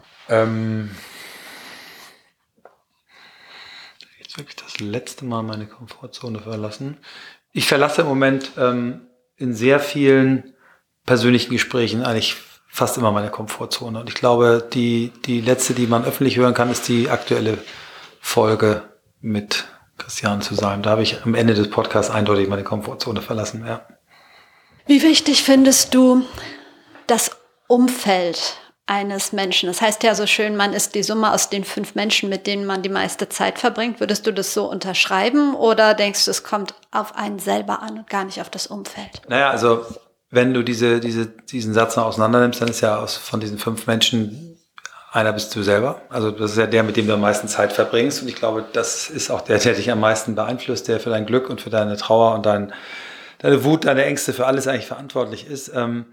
Jetzt wirklich das letzte Mal meine Komfortzone verlassen. Ich verlasse im Moment in sehr vielen persönlichen Gesprächen eigentlich fast immer meine Komfortzone. Und ich glaube, die letzte, die man öffentlich hören kann, ist die aktuelle Folge mit Christian zusammen. Da habe ich am Ende des Podcasts eindeutig meine Komfortzone verlassen. Ja. Wie wichtig findest du das Umfeld eines Menschen? Das heißt ja so schön, man ist die Summe aus den 5 Menschen, mit denen man die meiste Zeit verbringt. Würdest du das so unterschreiben oder denkst du, es kommt auf einen selber an und gar nicht auf das Umfeld? Naja, also wenn du diesen Satz noch auseinander nimmst, dann ist ja von diesen 5 Menschen einer bist du selber. Also das ist ja der, mit dem du am meisten Zeit verbringst. Und ich glaube, das ist auch der dich am meisten beeinflusst, der für dein Glück und für deine Trauer und deine Wut, deine Ängste, für alles eigentlich verantwortlich ist.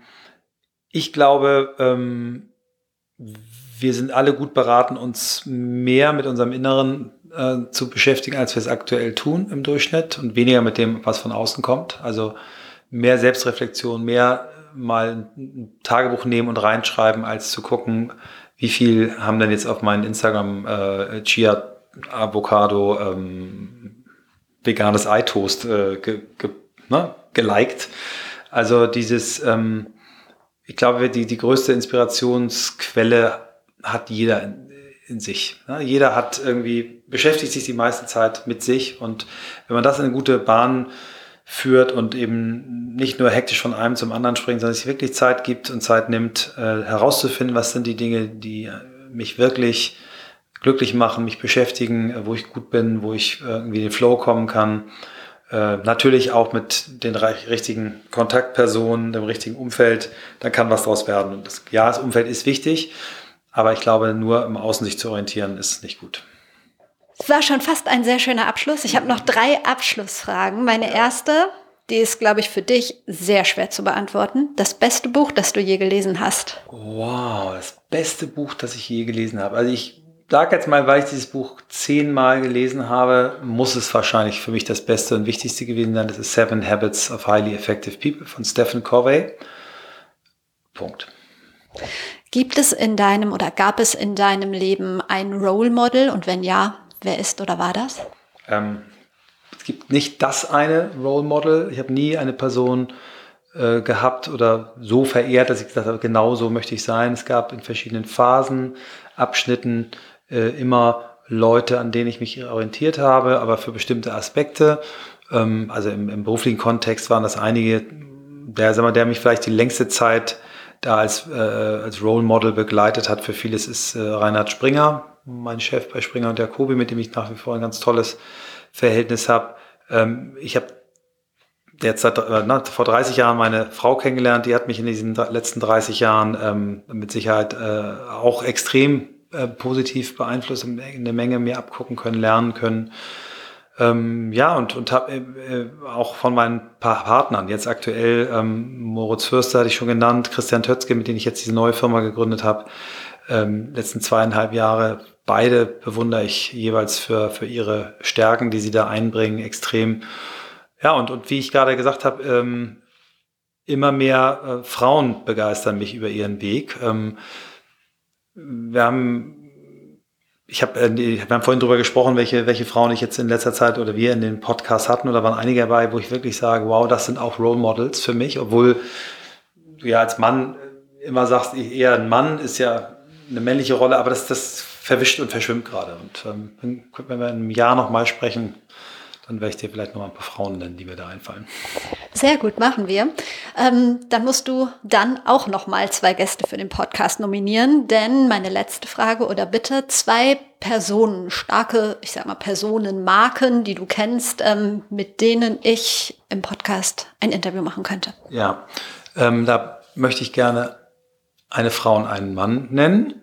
Ich glaube, wir sind alle gut beraten, uns mehr mit unserem Inneren zu beschäftigen, als wir es aktuell tun im Durchschnitt und weniger mit dem, was von außen kommt. Also mehr Selbstreflexion, mehr mal ein Tagebuch nehmen und reinschreiben, als zu gucken, wie viel haben denn jetzt auf meinen Instagram Chia, Avocado, veganes Ei-Toast geliked. Also ich glaube, die größte Inspirationsquelle hat jeder in sich. Jeder hat beschäftigt sich die meiste Zeit mit sich und wenn man das in eine gute Bahn führt und eben nicht nur hektisch von einem zum anderen springt, sondern sich wirklich Zeit gibt und Zeit nimmt, herauszufinden, was sind die Dinge, die mich wirklich glücklich machen, mich beschäftigen, wo ich gut bin, wo ich irgendwie in den Flow kommen kann. Natürlich auch mit den richtigen Kontaktpersonen, dem richtigen Umfeld, dann kann was draus werden. Und das Umfeld ist wichtig, aber ich glaube, nur im Außen sich zu orientieren, ist nicht gut. Es war schon fast ein sehr schöner Abschluss. Ich habe noch 3 Abschlussfragen. Meine erste, die ist, glaube ich, für dich sehr schwer zu beantworten. Das beste Buch, das du je gelesen hast? Wow, das beste Buch, das ich je gelesen habe. Also ich sage jetzt mal, weil ich dieses Buch 10-mal gelesen habe, muss es wahrscheinlich für mich das Beste und Wichtigste gewesen sein. Das ist 7 Habits of Highly Effective People von Stephen Covey. Punkt. Gab es in deinem Leben ein Role Model? Und wenn ja, wer ist oder war das? Es gibt nicht das eine Role Model. Ich habe nie eine Person gehabt oder so verehrt, dass ich gesagt habe, genau so möchte ich sein. Es gab in verschiedenen Phasen, Abschnitten immer Leute, an denen ich mich orientiert habe, aber für bestimmte Aspekte. Also im beruflichen Kontext waren das einige, der mich vielleicht die längste Zeit da als Role Model begleitet hat. Für vieles ist Reinhard Springer, mein Chef bei Springer und Jacobi, mit dem ich nach wie vor ein ganz tolles Verhältnis habe. Ich habe jetzt vor 30 Jahren meine Frau kennengelernt, die hat mich in diesen letzten 30 Jahren mit Sicherheit auch extrem positiv beeinflusst, eine Menge mir abgucken können, lernen können. Und habe auch von meinen paar Partnern, jetzt aktuell Moritz Fürster hatte ich schon genannt, Christian Tötzke, mit dem ich jetzt diese neue Firma gegründet habe, letzten 2,5 Jahre, beide bewundere ich jeweils für ihre Stärken, die sie da einbringen, extrem. Ja, und wie ich gerade gesagt habe, immer mehr Frauen begeistern mich über ihren Weg. Wir haben vorhin drüber gesprochen, welche Frauen ich jetzt in letzter Zeit oder wir in den Podcast hatten, oder waren einige dabei, wo ich wirklich sage, wow, das sind auch Role Models für mich, obwohl du ja als Mann immer sagst, eher ein Mann ist ja eine männliche Rolle, aber das verwischt und verschwimmt gerade. Und wenn wir in einem Jahr nochmal sprechen, dann werde ich dir vielleicht noch mal ein paar Frauen nennen, die mir da einfallen. Sehr gut, machen wir. Dann musst du dann auch noch mal 2 Gäste für den Podcast nominieren, denn meine letzte Frage oder Bitte, 2 Personen, starke, ich sag mal Personenmarken, die du kennst, mit denen ich im Podcast ein Interview machen könnte. Ja, da möchte ich gerne eine Frau und einen Mann nennen.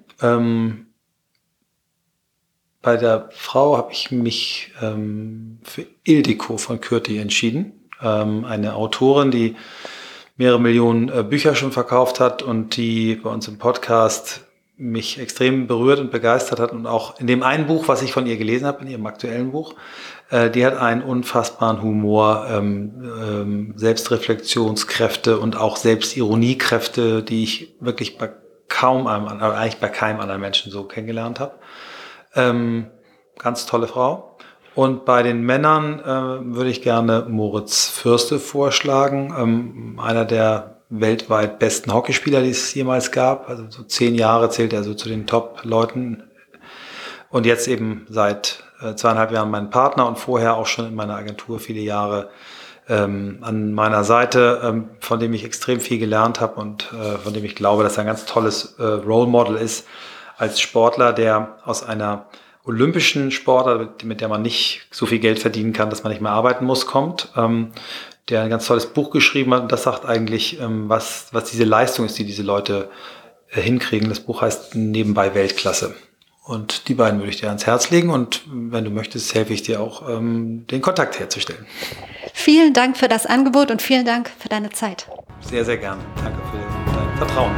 Bei der Frau habe ich mich für Ildiko von Kürti entschieden. Eine Autorin, die mehrere Millionen Bücher schon verkauft hat und die bei uns im Podcast mich extrem berührt und begeistert hat. Und auch in dem einen Buch, was ich von ihr gelesen habe, in ihrem aktuellen Buch, die hat einen unfassbaren Humor, Selbstreflexionskräfte und auch Selbstironiekräfte, die ich wirklich bei keinem anderen Menschen so kennengelernt habe. Ganz tolle Frau. Und bei den Männern würde ich gerne Moritz Fürste vorschlagen. Einer der weltweit besten Hockeyspieler, die es jemals gab. Also so 10 Jahre zählt er so zu den Top-Leuten. Und jetzt eben seit 2,5 Jahren mein Partner und vorher auch schon in meiner Agentur viele Jahre an meiner Seite, von dem ich extrem viel gelernt habe und von dem ich glaube, dass er ein ganz tolles Role Model ist als Sportler, der aus einer olympischen Sportart, mit der man nicht so viel Geld verdienen kann, dass man nicht mehr arbeiten muss, kommt, der ein ganz tolles Buch geschrieben hat. Und das sagt eigentlich, was diese Leistung ist, die diese Leute hinkriegen. Das Buch heißt Nebenbei Weltklasse. Und die beiden würde ich dir ans Herz legen. Und wenn du möchtest, helfe ich dir auch, den Kontakt herzustellen. Vielen Dank für das Angebot und vielen Dank für deine Zeit. Sehr, sehr gerne. Danke für dein Vertrauen.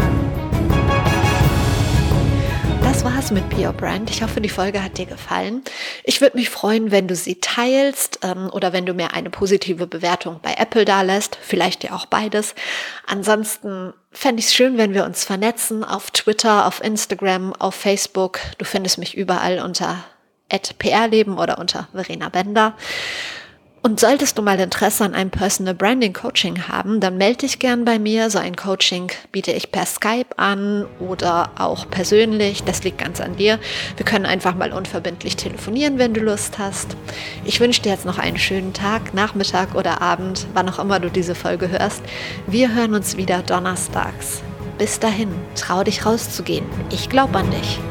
Das war's mit Be Your Brand. Ich hoffe, die Folge hat dir gefallen. Ich würde mich freuen, wenn du sie teilst oder wenn du mir eine positive Bewertung bei Apple dalässt. Vielleicht dir auch beides. Ansonsten fände ich es schön, wenn wir uns vernetzen auf Twitter, auf Instagram, auf Facebook. Du findest mich überall unter @prleben oder unter Verena Bender. Und solltest du mal Interesse an einem Personal Branding Coaching haben, dann melde dich gern bei mir. So ein Coaching biete ich per Skype an oder auch persönlich. Das liegt ganz an dir. Wir können einfach mal unverbindlich telefonieren, wenn du Lust hast. Ich wünsche dir jetzt noch einen schönen Tag, Nachmittag oder Abend, wann auch immer du diese Folge hörst. Wir hören uns wieder donnerstags. Bis dahin, trau dich rauszugehen. Ich glaube an dich.